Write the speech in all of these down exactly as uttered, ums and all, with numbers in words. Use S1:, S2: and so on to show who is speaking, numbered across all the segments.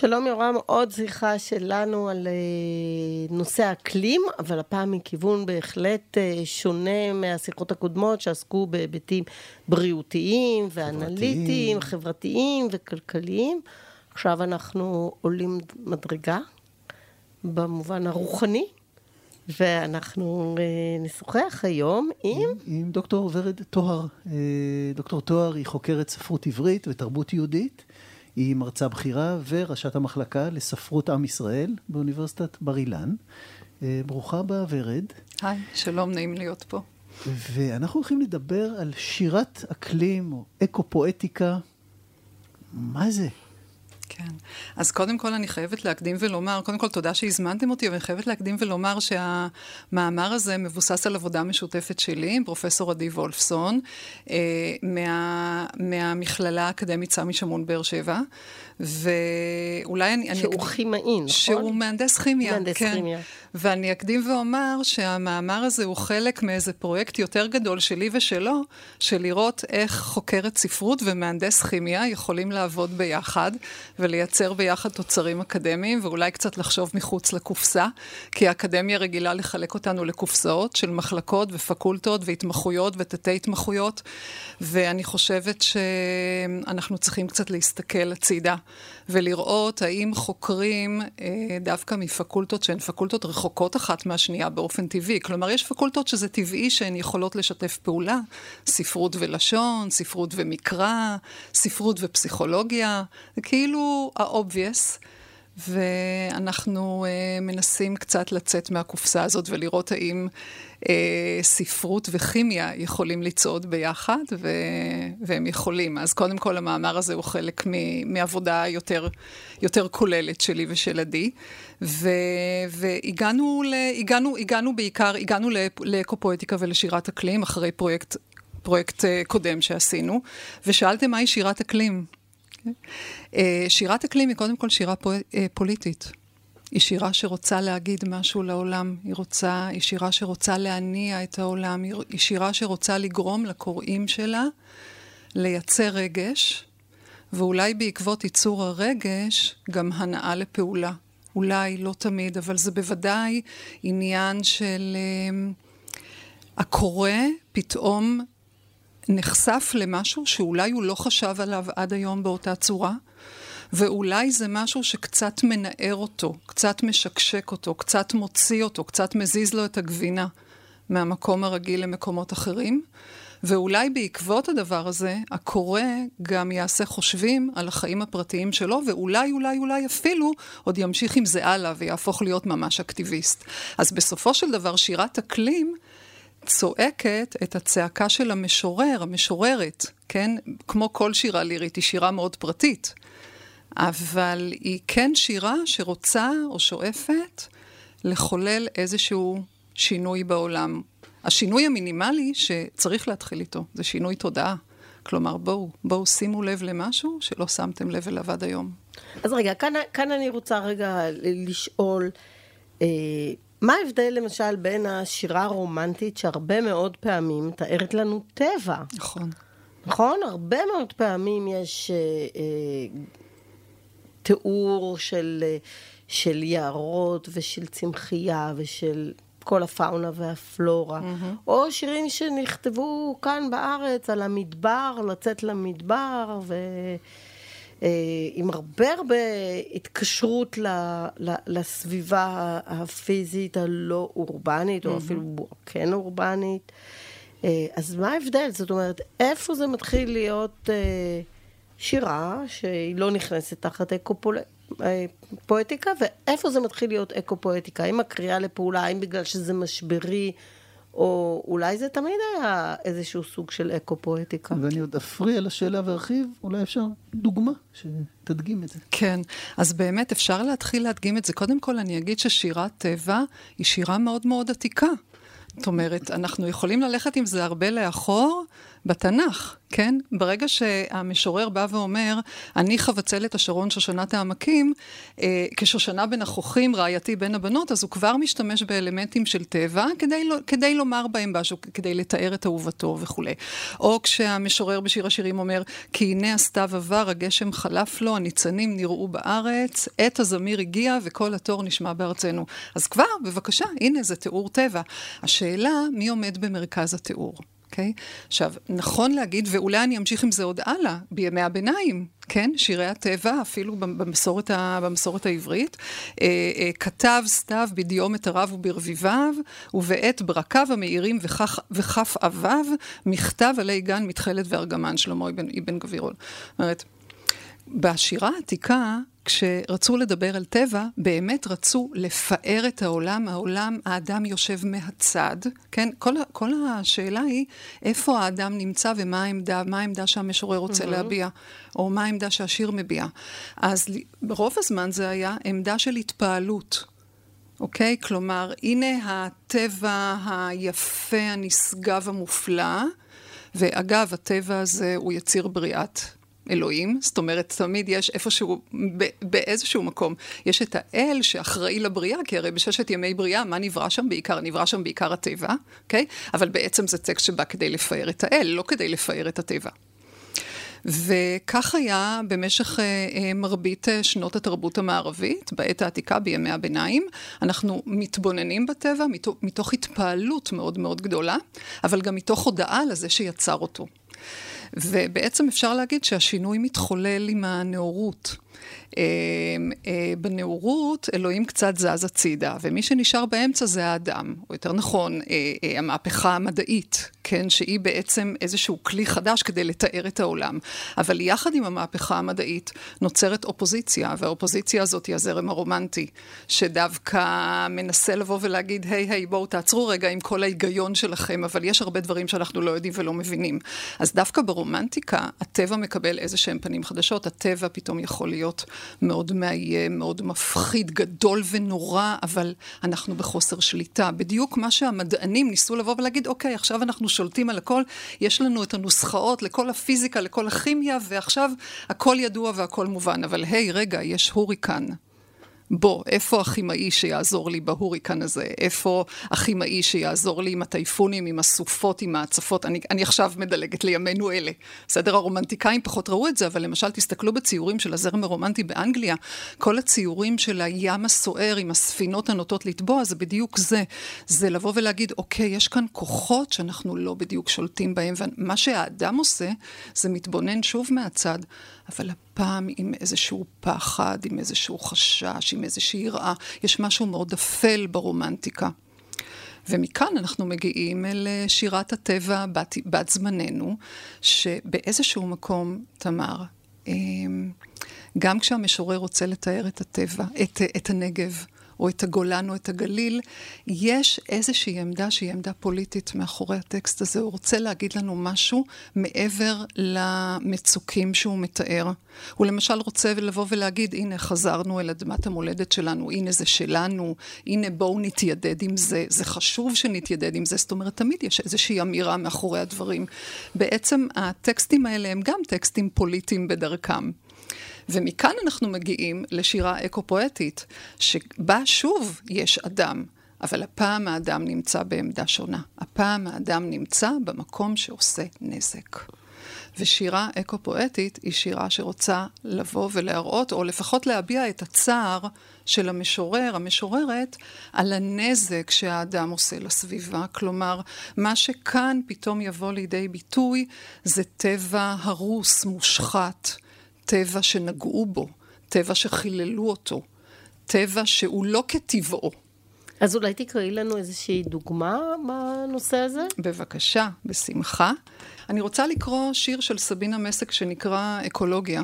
S1: שלום יורם, עוד שיחה שלנו על נושא האקלים, אבל הפעם מכיוון בהחלט שונה מהשיחות הקודמות שעסקו בהיבטים בריאותיים ואנליטיים, חברתיים וכלכליים. עכשיו אנחנו עולים מדרגה במובן הרוחני, ואנחנו נשוחח היום עם...
S2: עם דוקטור ורד טוהר. דוקטור טוהר היא חוקרת ספרות עברית ותרבות יהודית. היא מרצה בכירה וראשת המחלקה לספרות עם ישראל באוניברסיטת בר אילן. ברוכה הבאה ורד.
S3: היי, שלום, נעים להיות פה.
S2: ואנחנו הולכים לדבר על שירת אקלים או אקו-פואטיקה. מה זה?
S3: כן. אז קודם כל אני חייבת להקדים ולומר, קודם כל תודה שהזמנתם אותי, אבל אני חייבת להקדים ולומר שהמאמר הזה מבוסס על עבודה משותפת שלי עם פרופסור עדי וולפסון, אה, מה, מהמכללה האקדמית סמי שמעון באר שבע, ואולי אני...
S1: שהוא אני, כימאי, נכון?
S3: שהוא מהנדס כימיה,
S1: מהנדס
S3: כן.
S1: כימיה.
S3: ואני אקדים ואומר שהמאמר הזה הוא חלק מאיזה פרויקט יותר גדול שלי ושלו, של לראות איך חוקרת ספרות ומהנדס כימיה יכולים לעבוד ביחד, ולייצר ביחד תוצרים אקדמיים, ואולי קצת לחשוב מחוץ לקופסה, כי האקדמיה רגילה לחלק אותנו לקופסאות של מחלקות ופקולטות והתמחויות ותתי התמחויות, ואני חושבת שאנחנו צריכים קצת להסתכל הצידה, ולראות האם חוקרים דווקא מפקולטות שהן פקולטות רחוקות אחת מהשנייה באופן טבעי. כלומר, יש פקולטות שזה טבעי שהן יכולות לשתף פעולה, ספרות ולשון, ספרות ומקרא, ספרות ופסיכולוגיה, זה כאילו ה-obvious, ואנחנו uh, מנסים קצת לצאת מהקופסה הזאת ולראות האם uh, ספרות וכימיה יכולים לצעוד ביחד, ו... והם יכולים. אז קודם כל המאמר הזה הוא חלק מ... מעבודה יותר, יותר כוללת שלי ושל עדי, ו... והגענו ל... הגענו, הגענו בעיקר, הגענו לאקו-פואטיקה ולשירת אקלים אחרי פרויקט, פרויקט uh, קודם שעשינו, ושאלתם מהי שירת אקלים? שירת אקלים היא קודם כל שירה פוליטית. היא שירה שרוצה להגיד משהו לעולם, היא, רוצה, היא שירה שרוצה להניע את העולם, היא שירה שרוצה לגרום לקוראים שלה לייצר רגש, ואולי בעקבות ייצור הרגש גם הנאה לפעולה. אולי, לא תמיד, אבל זה בוודאי עניין של הקורא פתאום נחשף למשהו שאולי הוא לא חשב עליו עד היום באותה צורה, ואולי זה משהו שקצת מנער אותו, קצת משקשק אותו, קצת מוציא אותו, קצת מזיז לו את הגבינה מהמקום הרגיל למקומות אחרים, ואולי בעקבות הדבר הזה, הקורא גם יעשה חושבים על החיים הפרטיים שלו, ואולי, אולי, אולי אפילו עוד ימשיך עם זה הלאה ויהפוך להיות ממש אקטיביסט. אז בסופו של דבר שירת אקלים צועקת את הצעקה של המשורר, המשוררת, כן? כמו כל שירה לירית, היא שירה מאוד פרטית, אבל היא כן שירה שרוצה או שואפת לחולל איזשהו שינוי בעולם. השינוי המינימלי שצריך להתחיל איתו, זה שינוי תודעה. כלומר, בואו, בואו שימו לב למשהו שלא שמתם לב אליו עד היום.
S1: אז רגע, כאן, כאן אני רוצה רגע לשאול, אה, מה ההבדל למשל בין השירה הרומנטית שהרבה מאוד פעמים תארת לנו טבע?
S3: נכון.
S1: נכון? הרבה מאוד פעמים יש אה, אה, תיאור של, אה, של יערות ושל צמחייה ושל כל הפאונה והפלורה. Mm-hmm. או שירים שנכתבו כאן בארץ על המדבר, לצאת למדבר ו... עם הרבה הרבה התקשרות לסביבה הפיזית הלא אורבנית, או אפילו כן אורבנית. אז מה ההבדל? זאת אומרת, איפה זה מתחיל להיות שירה שהיא לא נכנסת תחת אקו-פואטיקה, ואיפה זה מתחיל להיות אקו-פואטיקה? האם הקריאה לפעולה, האם בגלל שזה משברי, או אולי זה תמיד היה איזשהו סוג של אקו-פואטיקה.
S2: ואני עוד אפריע לשאלה והרחיב, אולי אפשר דוגמה שתדגים את זה.
S3: כן, אז באמת אפשר להתחיל להדגים את זה. קודם כל אני אגיד ששירת טבע היא שירה מאוד מאוד עתיקה. זאת אומרת, אנחנו יכולים ללכת עם זה הרבה לאחור, בתנ"ך, כן? ברגע שהמשורר בא ואומר, אני חבצלת השרון שושנת העמקים, אה, כשושנה בין החוכים, רעייתי בין הבנות, אז הוא כבר משתמש באלמנטים של טבע, כדי, כדי לומר בהם משהו, כדי לתאר את אהובתו וכו'. או כשהמשורר בשיר השירים אומר, כי הנה הסתיו עבר, הגשם חלף לו, הניצנים נראו בארץ, עת הזמיר הגיע וכל התור נשמע בארצנו. אז כבר, בבקשה, הנה זה תיאור טבע. השאלה, מי עומד במרכז התיאור? Okay? עכשיו, נכון להגיד, ואולי אני אמשיך עם זה עוד הלאה, בימי הביניים, כן? שירי הטבע, אפילו במסורת, ה, במסורת העברית, אה, אה, כתב סתיו בדיומת הרב וברביביו, ובעת ברקיו המאירים וכך, וכף אביו, מכתב עלי גן מתחלת וארגמן, שלמה אבן, אבן גבירול. זאת אומרת, בשירה העתיקה, כשרצו לדבר על טבע, באמת רצו לפאר את העולם, העולם, האדם יושב מהצד, כן? כל, כל השאלה היא, איפה האדם נמצא ומה העמדה, מה העמדה שהמשורר רוצה mm-hmm. להביע, או מה העמדה שהשיר מביע. אז ברוב הזמן זה היה עמדה של התפעלות, אוקיי? כלומר, הנה הטבע היפה, הנשגב, המופלא, ואגב, הטבע הזה הוא יציר בריאת אלוהים, זאת אומרת, תמיד יש איפשהו, באיזשהו מקום, יש את האל שאחראי לבריאה, כי הרי בששת ימי בריאה, מה נברא שם בעיקר? נברא שם בעיקר הטבע, אוקיי? אבל בעצם זה טקסט שבא כדי לפאר את האל, לא כדי לפאר את הטבע. וכך היה במשך מרבית שנות התרבות המערבית, בעת העתיקה בימי הביניים. אנחנו מתבוננים בטבע מתוך, מתוך התפעלות מאוד מאוד גדולה, אבל גם מתוך הודעה לזה שיצר אותו. ובעצם אפשר להגיד שהשינוי מתחולל עם הנאורות. בנאורות אלוהים קצת זז הצידה, ומי שנשאר באמצע זה האדם, או יותר נכון, המהפכה המדעית, כן, שהיא בעצם איזשהו כלי חדש כדי לתאר את העולם. אבל יחד עם המהפכה המדעית נוצרת אופוזיציה, והאופוזיציה הזאת היא הזרם הרומנטי, שדווקא מנסה לבוא ולהגיד, היי, היי, בואו תעצרו רגע עם כל ההיגיון שלכם, אבל יש הרבה דברים שאנחנו לא יודעים ולא מבינים. אז דווקא ברומנטיקה, הטבע מקבל איזה שהם פנים חדשות, הטבע פתאום יכול להיות מאוד מאיים, מאוד מפחיד, גדול ונורא, אבל אנחנו בחוסר שליטה. בדיוק מה שהמדענים ניסו לבוא ולהגיד, אוקיי, עכשיו אנחנו שולטים על הכל, יש לנו את הנוסחאות לכל הפיזיקה, לכל הכימיה, ועכשיו הכל ידוע והכל מובן. אבל היי, רגע, יש הוריקן. בוא, איפה הכימאי שיעזור לי בהוריקן הזה? איפה הכימאי שיעזור לי עם הטייפונים, עם הסופות, עם ההצפות? אני, אני עכשיו מדלגת לימינו אלה. בסדר, הרומנטיקאים פחות ראו את זה, אבל למשל תסתכלו בציורים של הזרם הרומנטי באנגליה, כל הציורים של הים הסוער עם הספינות הנוטות לטבוע, זה בדיוק זה. זה לבוא ולהגיד, אוקיי, יש כאן כוחות שאנחנו לא בדיוק שולטים בהם, ומה שהאדם עושה, זה מתבונן שוב מהצד, אבל הפעם עם איזשהו פחד, עם איזשהו חשש, עם איזושהי יראה. יש משהו מאוד אפל ברומנטיקה. ומכאן אנחנו מגיעים אל שירת הטבע בת, בת זמננו, שבאיזשהו מקום, תמר, גם כשהמשורר רוצה לתאר את הטבע, את, את הנגב, או את הגולן או את הגליל, יש איזושהי עמדה שהיא עמדה פוליטית מאחורי הטקסט הזה. הוא רוצה להגיד לנו משהו מעבר למצוקים שהוא מתאר. הוא למשל רוצה לבוא ולהגיד, הנה חזרנו אל אדמת המולדת שלנו, הנה זה שלנו, הנה בואו נתיידד עם זה, זה חשוב שנתיידד עם זה. זאת אומרת, תמיד יש איזושהי אמירה מאחורי הדברים. בעצם הטקסטים האלה הם גם טקסטים פוליטיים בדרכם. ומכאן אנחנו מגיעים לשירה אקו-פואטית, שבה שוב יש אדם, אבל הפעם האדם נמצא בעמדה שונה. הפעם האדם נמצא במקום שעושה נזק. ושירה אקו-פואטית היא שירה שרוצה לבוא ולהראות, או לפחות להביע את הצער של המשורר, המשוררת, על הנזק שהאדם עושה לסביבה. כלומר, מה שכאן פתאום יבוא לידי ביטוי, זה טבע הרוס, מושחת, טבע שנגעו בו, טבע שחיללו אותו, טבע שהוא לא כטבעו.
S1: אז אולי תקראי לנו איזושהי דוגמה בנושא הזה?
S3: בבקשה, בשמחה. אני רוצה לקרוא שיר של סבינה מסק שנקרא אקולוגיה.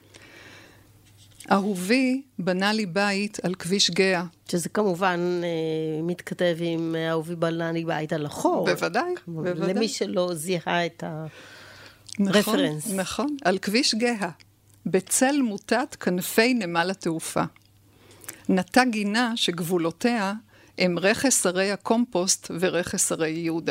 S3: אהובי בנה לי בית על כביש גאה.
S1: שזה כמובן אה, מתכתב עם אהובי בנה לי בית על החור.
S3: בוודאי, בוודאי.
S1: למי שלא זיהה את
S3: נכון,
S1: הרפרנס.
S3: נכון, על כביש גאה. בצל מוטת כנפי נמל התעופה. נטה גינה שגבולותיה הם רכס הרי הקומפוסט ורכס הרי יהודה.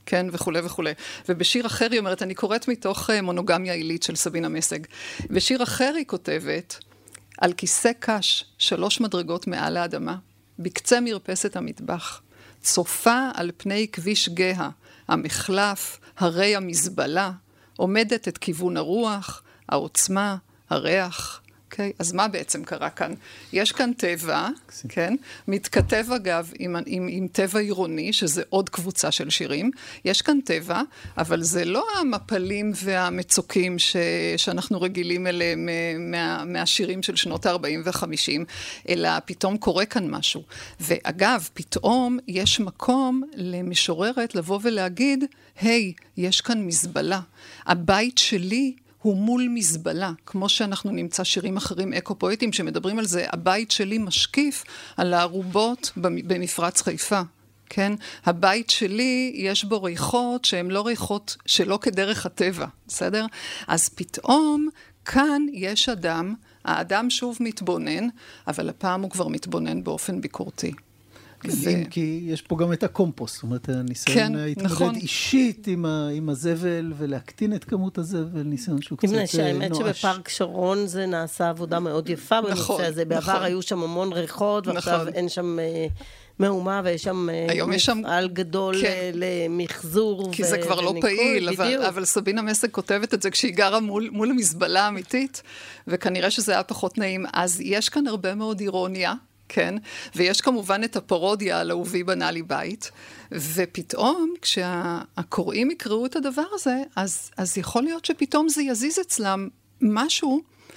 S3: כן, וכו' וכו'. ובשיר אחר היא אומרת, אני קוראת מתוך מונוגמיה עילית של סבינה מסג. בשיר אחר היא כותבת, על כיסא קש, שלוש מדרגות מעל האדמה, בקצה מרפסת המטבח, צופה על פני כביש גאה, המחלף, הרי המזבלה, עומדת את כיוון הרוח, העוצמה, הריח. Okay, אז מה בעצם קרה כאן? יש כאן טבע, כן? מתכתב אגב עם, עם, עם טבע עירוני, שזה עוד קבוצה של שירים. יש כאן טבע, אבל זה לא המפלים והמצוקים ש, שאנחנו רגילים אליהם מה, מהשירים של שנות ה-ארבעים וה-חמישים, אלא פתאום קורה כאן משהו. ואגב, פתאום יש מקום למשוררת לבוא ולהגיד, היי, יש כאן מזבלה. הבית שלי הוא מול מזבלה, כמו שאנחנו נמצא שירים אחרים אקו-פואטיים שמדברים על זה, הבית שלי משקיף על הערובות במפרץ חיפה, כן? הבית שלי יש בו ריחות שהן לא ריחות שלא כדרך הטבע, בסדר? אז פתאום כאן יש אדם, האדם שוב מתבונן, אבל הפעם הוא כבר מתבונן באופן ביקורתי.
S2: ו... אם כי יש פה גם את הקומפוס, זאת אומרת, הניסיון
S3: כן,
S2: להתמודד
S3: נכון.
S2: אישית עם, ה... עם הזבל ולהקטין את כמות הזבל, ניסיון שהוא קצת נואש.
S1: האמת שבפארק שרון זה נעשה עבודה מאוד יפה
S3: נכון,
S1: בנושא הזה. בעבר
S3: נכון.
S1: היו שם המון ריחות, ועכשיו
S3: נכון.
S1: אין שם מהומה, ויש שם מפעל גדול
S3: כן.
S1: למחזור.
S3: כי זה כבר לא פעיל, אבל, אבל סבינה מסג כותבת את זה כשהיא גרה מול, מול המזבלה האמיתית, וכנראה שזה היה פחות נעים. אז יש כאן הרבה מאוד אירוניה, כן? ויש כמובן את הפרודיה על אהובי בנה לי בית, ופתאום כשהקוראים יקראו את הדבר הזה, אז, אז יכול להיות שפתאום זה יזיז אצלם משהו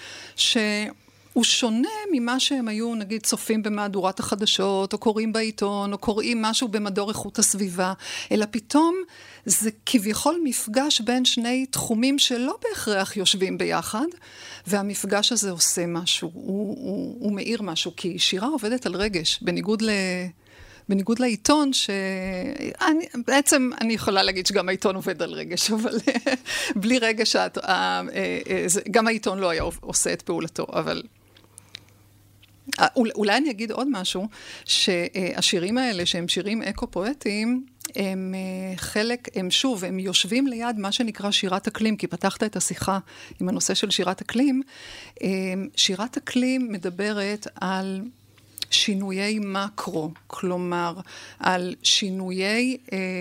S3: שהוא שונה ממה שהם היו, נגיד, צופים במהדורת החדשות, או קוראים בעיתון, או קוראים משהו במדור איכות הסביבה, אלא פתאום זה כביכול מפגש בין שני תחומים שלא בהכרח יושבים ביחד, והמפגש הזה עושה משהו, הוא, הוא, הוא מאיר משהו, כי שירה עובדת על רגש, בניגוד ל... בניגוד לעיתון, שבעצם אני יכולה להגיד שגם העיתון עובד על רגש, אבל בלי רגש, גם העיתון לא היה עושה את פעולתו, אבל אולי אני אגיד עוד משהו, שהשירים האלה, שהם שירים אקו-פואטיים, הם חלק, הם שוב, הם יושבים ליד מה שנקרא שירת אקלים, כי פתחת את השיחה עם הנושא של שירת אקלים. שירת אקלים מדברת על שינויי מקרו, כלומר, על שינויי,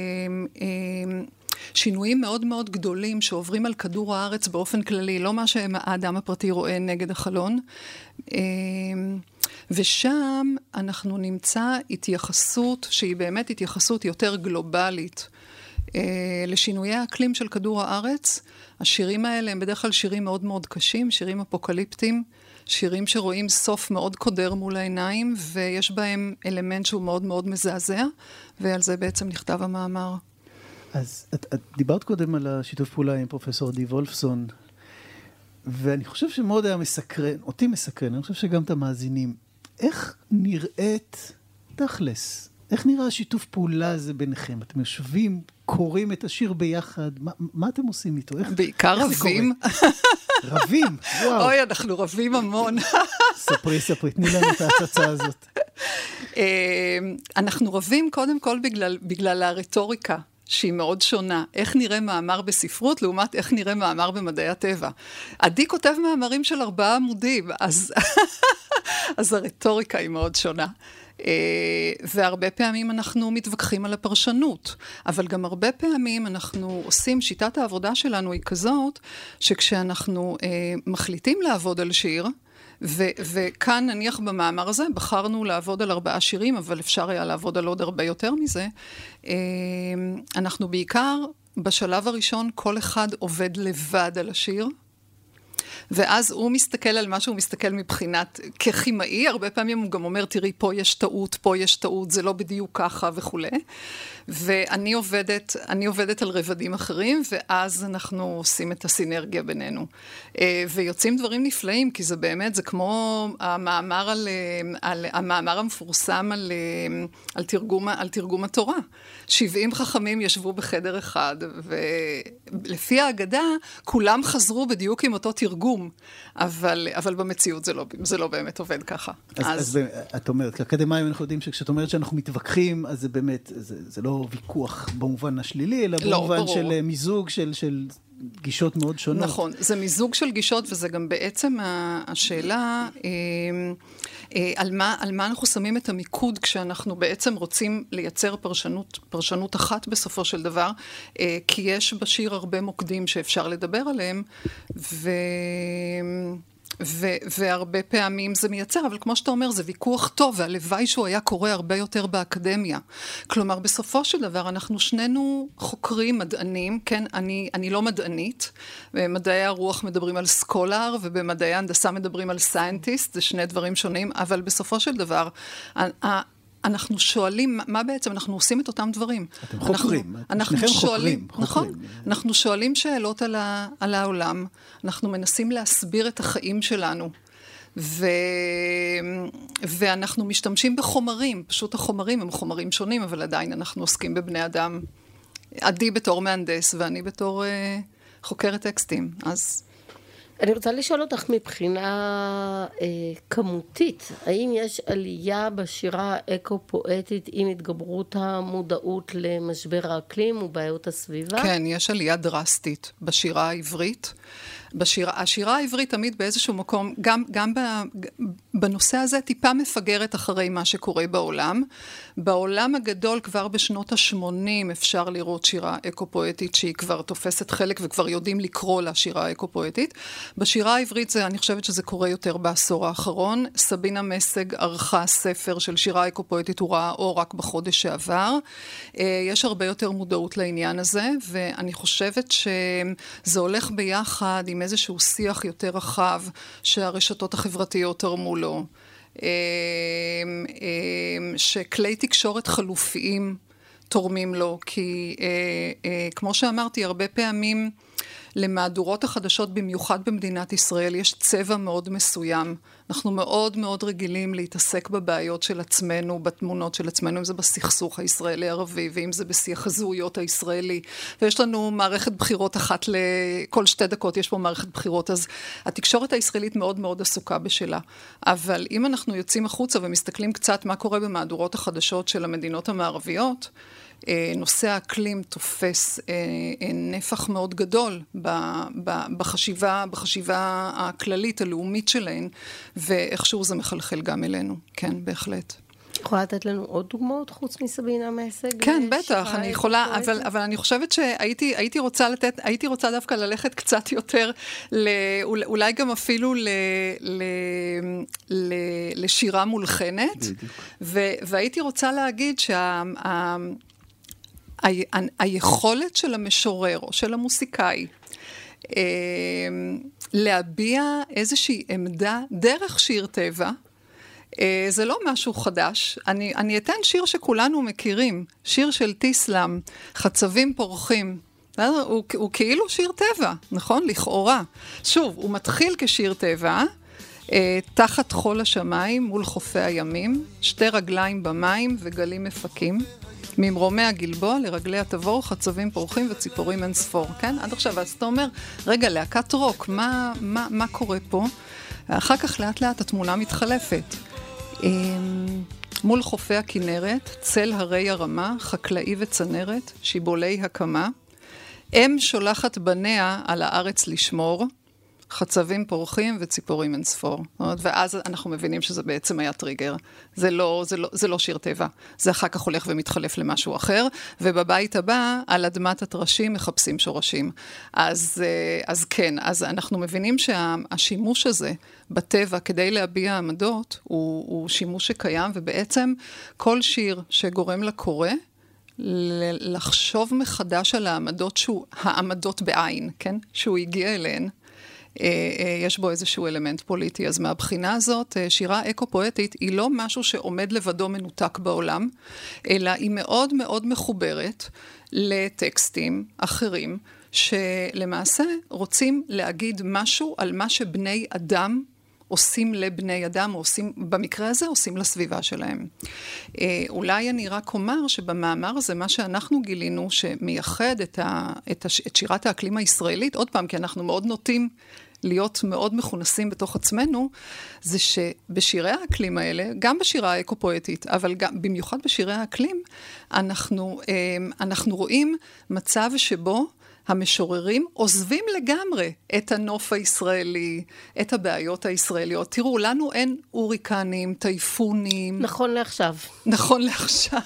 S3: שינויים מאוד מאוד גדולים שעוברים על כדור הארץ באופן כללי, לא מה שהאדם הפרטי רואה נגד החלון. ושם אנחנו נמצא התייחסות שהיא באמת התייחסות יותר גלובלית לשינויי האקלים של כדור הארץ. השירים האלה הם בדרך כלל שירים מאוד מאוד קשים, שירים אפוקליפטיים, שירים שרואים סוף מאוד קודר מול העיניים, ויש בהם אלמנט שהוא מאוד מאוד מזעזע, ועל זה בעצם נכתב המאמר.
S2: אז את, את דיברת קודם על השיתוף פעולה עם פרופסור די וולפסון, ואני חושב שמאוד היה מסקרן, אותי מסקרן, אני חושב שגם את המאזינים, איך נראית תכלס? איך נראה השיתוף פעולה הזה ביניכם? אתם יושבים, קוראים את השיר ביחד, מה, מה אתם עושים איתו? איך,
S3: בעיקר
S2: איך
S3: רבים.
S2: רבים? וואו.
S3: אוי, אנחנו רבים המון.
S2: ספרי, ספרי, תני לנו את ההצצה הזאת.
S3: אנחנו רבים קודם כל בגלל, בגלל הרטוריקה. שהיא מאוד שונה. איך נראה מאמר בספרות, לעומת איך נראה מאמר במדעי הטבע. עדי כותב מאמרים של ארבעה עמודים, אז, אז הרטוריקה היא מאוד שונה. והרבה פעמים אנחנו מתווכחים על הפרשנות, אבל גם הרבה פעמים אנחנו עושים, שיטת העבודה שלנו היא כזאת, שכשאנחנו מחליטים לעבוד על שיר, ו- וכאן נניח במאמר הזה, בחרנו לעבוד על ארבעה שירים, אבל אפשר היה לעבוד על עוד הרבה יותר מזה. אנחנו בעיקר, בשלב הראשון, כל אחד עובד לבד על השיר, ואז הוא מסתכל על מה שהוא מסתכל מבחינת ככימאי, הרבה פעמים הוא גם אומר, תראי, פה יש טעות, פה יש טעות, זה לא בדיוק ככה וכו'. ואני עובדת, אני עובדת על רבדים אחרים, ואז אנחנו עושים את הסינרגיה בינינו. ויוצאים דברים נפלאים, כי זה באמת, זה כמו המאמר, על, על, המאמר המפורסם על, על, תרגום, על תרגום התורה. שבעים חכמים ישבו בחדר אחד, ולפי ההגדה, כולם חזרו בדיוק עם אותו תרגום. סיכום, אבל, אבל במציאות זה לא, זה לא באמת עובד ככה.
S2: אז, אז... אז את אומרת, כאקדמיים אנחנו יודעים שכשאת אומרת שאנחנו מתווכחים, אז זה באמת, זה, זה לא ויכוח במובן השלילי, אלא
S3: לא,
S2: במובן
S3: ברור.
S2: של מיזוג של, של גישות מאוד שונות.
S3: נכון, זה מיזוג של גישות, וזה גם בעצם השאלה על מה, על מה אנחנו שמים את המיקוד כשאנחנו בעצם רוצים לייצר פרשנות, פרשנות אחת בסופו של דבר, כי יש בשיר הרבה מוקדים שאפשר לדבר עליהם, ו... ו- והרבה פעמים זה מייצר, אבל כמו שאתה אומר, זה ויכוח טוב, והלוואי שהוא היה קורה הרבה יותר באקדמיה. כלומר, בסופו של דבר, אנחנו שנינו חוקרים, מדענים, כן, אני, אני לא מדענית, במדעי הרוח מדברים על סקולר, ובמדעי ההנדסה מדברים על סיינטיסט, זה שני דברים שונים, אבל בסופו של דבר, אנחנו שואלים, מה בעצם? אנחנו עושים את אותם דברים.
S2: אתם חוקרים,
S3: אנחנו
S2: שניכם
S3: שואלים,
S2: חוקרים.
S3: נכון, אנחנו שואלים שאלות על, ה, על העולם, אנחנו מנסים להסביר את החיים שלנו, ו, ואנחנו משתמשים בחומרים, פשוט החומרים הם חומרים שונים, אבל עדיין אנחנו עוסקים בבני אדם, עדי בתור מהנדס, ואני בתור uh, חוקרת טקסטים, אז...
S1: אני רוצה לשאול אותך מבחינה אה, כמותית, האם יש עלייה בשירה האקו-פואטית עם התגברות המודעות למשבר האקלים ובעיות הסביבה?
S3: כן, יש עלייה דרסטית בשירה העברית. בשירה, השירה העברית תמיד באיזשהו מקום, גם, גם בנושא הזה טיפה מפגרת אחרי מה שקורה בעולם. בעולם הגדול כבר בשנות ה-שמונים אפשר לראות שירה אקו-פואטית שהיא כבר תופסת חלק וכבר יודעים לקרוא לה שירה אקו-פואטית. בשירה העברית זה, אני חושבת שזה קורה יותר בעשור האחרון. סבינה מסג ערכה ספר של שירה אקו-פואטית, הוא ראה אור רק בחודש שעבר. יש הרבה יותר מודעות לעניין הזה, ואני חושבת שזה הולך ביחד עם איזשהו שיח יותר רחב שהרשתות החברתיות תרמו לו, שכלי תקשורת חלופיים תורמים לו, כי כמו שאמרתי, הרבה פעמים למהדורות החדשות, במיוחד במדינת ישראל, יש צבע מאוד מסוים. אנחנו מאוד מאוד רגילים להתעסק בבעיות של עצמנו, בתמונות של עצמנו, אם זה בסכסוך הישראלי-ערבי, ואם זה בשיח הזהויות הישראלי. ויש לנו מערכת בחירות אחת לכל שתי דקות, יש פה מערכת בחירות, אז התקשורת הישראלית מאוד מאוד עסוקה בשלה. אבל אם אנחנו יוצאים החוצה ומסתכלים קצת מה קורה במהדורות החדשות של המדינות המערביות, נושא האקלים תופס נפח מאוד גדול בחשיבה, בחשיבה הכללית, הלאומית שלהן, ואיכשהו זה מחלחל גם אלינו. כן, בהחלט.
S1: יכולה לתת לנו עוד דוגמאות חוץ מסבינה מסג?
S3: כן, בטח, אני יכולה, אבל, אבל אני חושבת שהייתי, הייתי רוצה לתת, הייתי רוצה דווקא ללכת קצת יותר, אולי גם אפילו ל, ל, ל, לשירה מולחנת, ו, והייתי רוצה להגיד שה... ה- היכולת של המשורר או של המוסיקאי להביע איזושהי עמדה דרך שיר טבע, זה לא משהו חדש. אני, אני אתן שיר שכולנו מכירים, שיר של טיסלאם, חצבים פורחים. הוא, הוא כאילו שיר טבע, נכון? לכאורה. שוב, הוא מתחיל כשיר טבע, תחת חול השמיים מול חופי הימים, שתי רגליים במים וגלים מפקים. ממרומי הגלבוע לרגלי התבור, חצבים פורחים וציפורים אין ספור, כן? עד עכשיו, אז אתה אומר, רגע, להקת רוק, מה, מה, מה קורה פה? אחר כך לאט לאט התמונה מתחלפת. מול חופי הכנרת, צל הרי הרמה, חקלאי וצנרת, שיבולי הקמה, אם שולחת בניה על הארץ לשמור, חצבים פורחים וציפורים אין ספור. ואז אנחנו מבינים שזה בעצם היה טריגר. זה לא, זה לא, זה לא שיר טבע. זה אחר כך הולך ומתחלף למשהו אחר, ובבית הבא, על אדמת התרשים מחפשים שורשים. אז, אז כן, אז אנחנו מבינים שהשימוש הזה בטבע כדי להביע עמדות, הוא, הוא שימוש שקיים, ובעצם כל שיר שגורם לקורא, לחשוב מחדש על העמדות שהוא, העמדות בעין, כן? שהוא הגיע אליהן, יש בו איזשהו אלמנט פוליטי. אז מהבחינה הזאת, שירה אקו-פואטית היא לא משהו שעומד לבדו מנותק בעולם, אלא היא מאוד מאוד מחוברת לטקסטים אחרים, שלמעשה רוצים להגיד משהו על מה שבני אדם עושים לבני אדם, או עושים, במקרה הזה עושים לסביבה שלהם. אולי אני רק אומר שבמאמר הזה, מה שאנחנו גילינו, שמייחד את, ה, את, הש, את שירת האקלים הישראלית, עוד פעם, כי אנחנו מאוד נוטים להיות מאוד מכונסים בתוך עצמנו, זה שבשירי האקלים האלה, גם בשירה האקופואטית, אבל גם, במיוחד בשירי האקלים, אנחנו, אנחנו רואים מצב שבו המשוררים עוזבים לגמרי את הנוף הישראלי, את הבעיות הישראליות. תראו, לנו אין אוריקנים, טייפונים.
S1: נכון לעכשיו.
S3: נכון לעכשיו.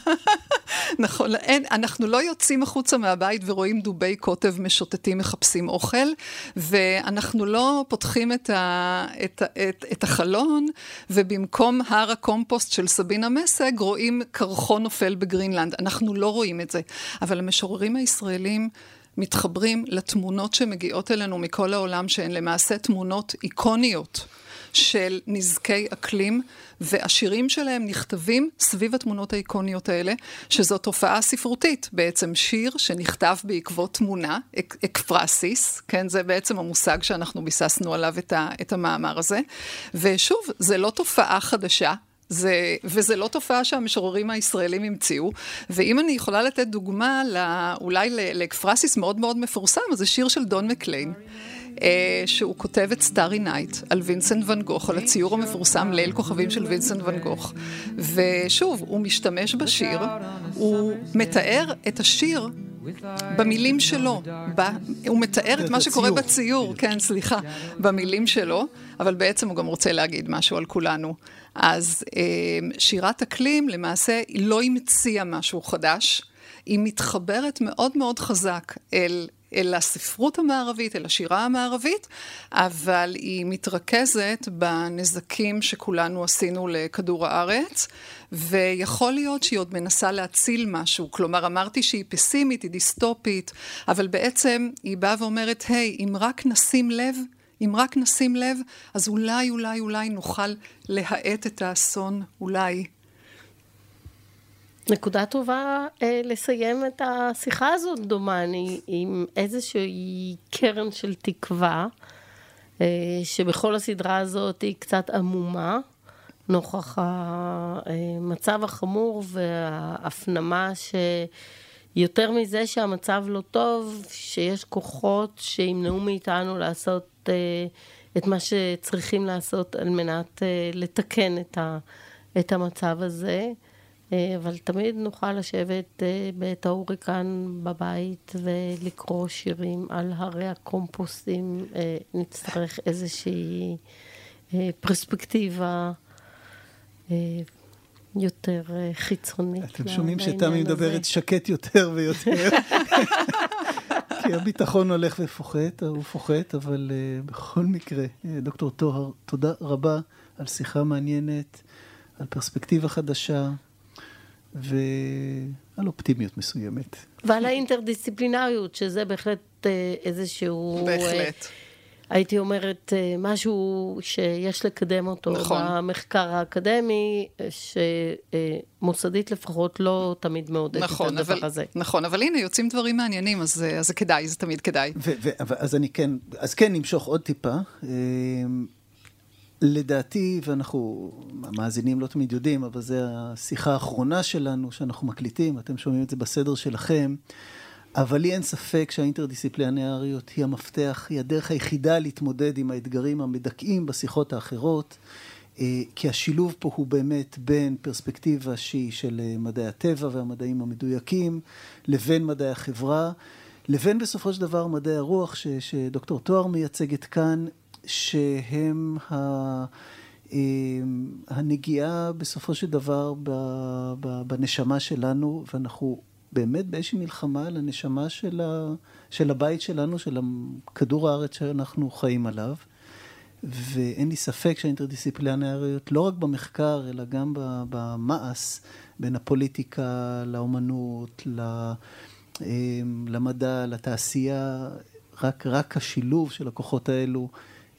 S3: נכון, אין, אנחנו לא יוצאים החוצה מהבית ורואים דובי קוטב משוטטים מחפשים אוכל, ואנחנו לא פותחים את, ה, את, את, את החלון, ובמקום הר הקומפוסט של סבינה מסג, רואים קרחון נופל בגרינלנד. אנחנו לא רואים את זה. אבל המשוררים הישראלים מתחברים לתמונות שמגיעות אלינו מכל העולם, שהן למעשה תמונות איקוניות של נזקי אקלים, והשירים שלהם נכתבים סביב התמונות האיקוניות האלה, שזו תופעה ספרותית, בעצם שיר שנכתב בעקבות תמונה, אק, אקפרסיס, כן, זה בעצם המושג שאנחנו ביססנו עליו את, ה, את המאמר הזה, ושוב, זה לא תופעה חדשה, זה, וזה לא תופעה שהמשוררים הישראלים המציאו, ואם אני יכולה לתת דוגמה לא, אולי לאקפרסיס מאוד מאוד מפורסם, אז זה שיר של דון מקליין, אה, שהוא כותב את סטארי נייט על וינסנט ון גוך, על הציור המפורסם ליל כוכבים של וינסנט ון גוך, ושוב, הוא משתמש בשיר, הוא מתאר את השיר במילים שלו, ב... הוא מתאר את מה שקורה בציור, כן, סליחה, במילים שלו, אבל בעצם הוא גם רוצה להגיד משהו על כולנו. אז שירת אקלים למעשה היא לא המציאה משהו חדש, היא מתחברת מאוד מאוד חזק אל, אל הספרות המערבית, אל השירה המערבית, אבל היא מתרכזת בנזקים שכולנו עשינו לכדור הארץ, ויכול להיות שהיא עוד מנסה להציל משהו. כלומר, אמרתי שהיא פסימית, היא דיסטופית, אבל בעצם היא באה ואומרת, היי, אם רק נשים לב, אם רק נשים לב, אז אולי, אולי, אולי נוכל להאט את האסון, אולי.
S1: נקודה טובה אה, לסיים את השיחה הזאת, דומני, עם איזושהי קרן של תקווה, אה, שבכל הסדרה הזאת היא קצת עמומה, נוכח המצב החמור וההפנמה שיותר מזה שהמצב לא טוב, שיש כוחות שימנעו מאיתנו לעשות את מה שצריכים לעשות על מנת לתקן את, ה, את המצב הזה. אבל תמיד נוכל לשבת בעת ההוריקן בבית ולקרוא שירים על הרי הקומפוסטים. נצטרך איזושהי פרספקטיבה יותר חיצונית.
S2: אתם שומעים שתמי מדברת שקט יותר ויותר, כי הביטחון הולך ופוחת, הוא פוחת, אבל בכל מקרה, דוקטור טוהר, תודה רבה על שיחה מעניינת, על פרספקטיבה חדשה, ועל אופטימיות מסוימת.
S1: ועל האינטרדיסציפלינריות, שזה בהחלט איזשהו...
S3: בהחלט.
S1: הייתי אומרת, משהו שיש לקדם אותו נכון. במחקר האקדמי, שמוסדית לפחות לא תמיד מעודדת נכון, את הדבר
S3: אבל,
S1: הזה.
S3: נכון, אבל הנה, יוצאים דברים מעניינים, אז, אז זה כדאי, זה תמיד כדאי.
S2: ו- ו- אז אני כן, אז כן נמשוך עוד טיפה. לדעתי, ואנחנו, המאזינים לא תמיד יודעים, אבל זה השיחה האחרונה שלנו, שאנחנו מקליטים, אתם שומעים את זה בסדר שלכם, אבל לי אין ספק שהאינטרדיסציפלינריות היא המפתח, היא הדרך היחידה להתמודד עם האתגרים המדכאים בשיחות האחרות, כי השילוב פה הוא באמת בין פרספקטיבה שהיא של מדעי הטבע והמדעים המדויקים, לבין מדעי החברה, לבין בסופו של דבר מדעי הרוח ש, שדוקטור טוהר מייצגת כאן, שהם ה, הנגיעה בסופו של דבר בנשמה שלנו, ואנחנו באמת באיזושהי מלחמה על הנשמה של, ה, של הבית שלנו, של כדור הארץ שאנחנו חיים עליו. ואין לי ספק שהאינטרדיסציפלינריות, לא רק במחקר, אלא גם במאס, בין הפוליטיקה לאומנות, למדע, לתעשייה, רק, רק השילוב של הכוחות האלו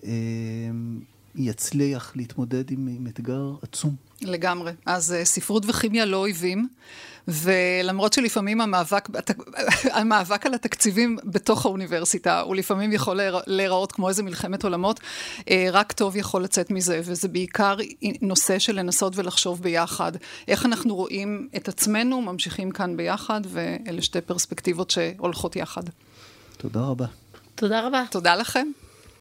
S2: יצליח להתמודד עם, עם אתגר עצום.
S3: לגמרי. אז ספרות וכימיה לא אויבים, ולמרות שלפעמים המאבק, המאבק על התקציבים בתוך האוניברסיטה, הוא לפעמים יכול להיראות כמו איזה מלחמת עולמות, רק טוב יכול לצאת מזה, וזה בעיקר נושא של לנסות ולחשוב ביחד. איך אנחנו רואים את עצמנו, ממשיכים כאן ביחד, ואלה שתי פרספקטיבות שהולכות יחד.
S2: תודה רבה.
S1: תודה רבה.
S3: תודה לכם.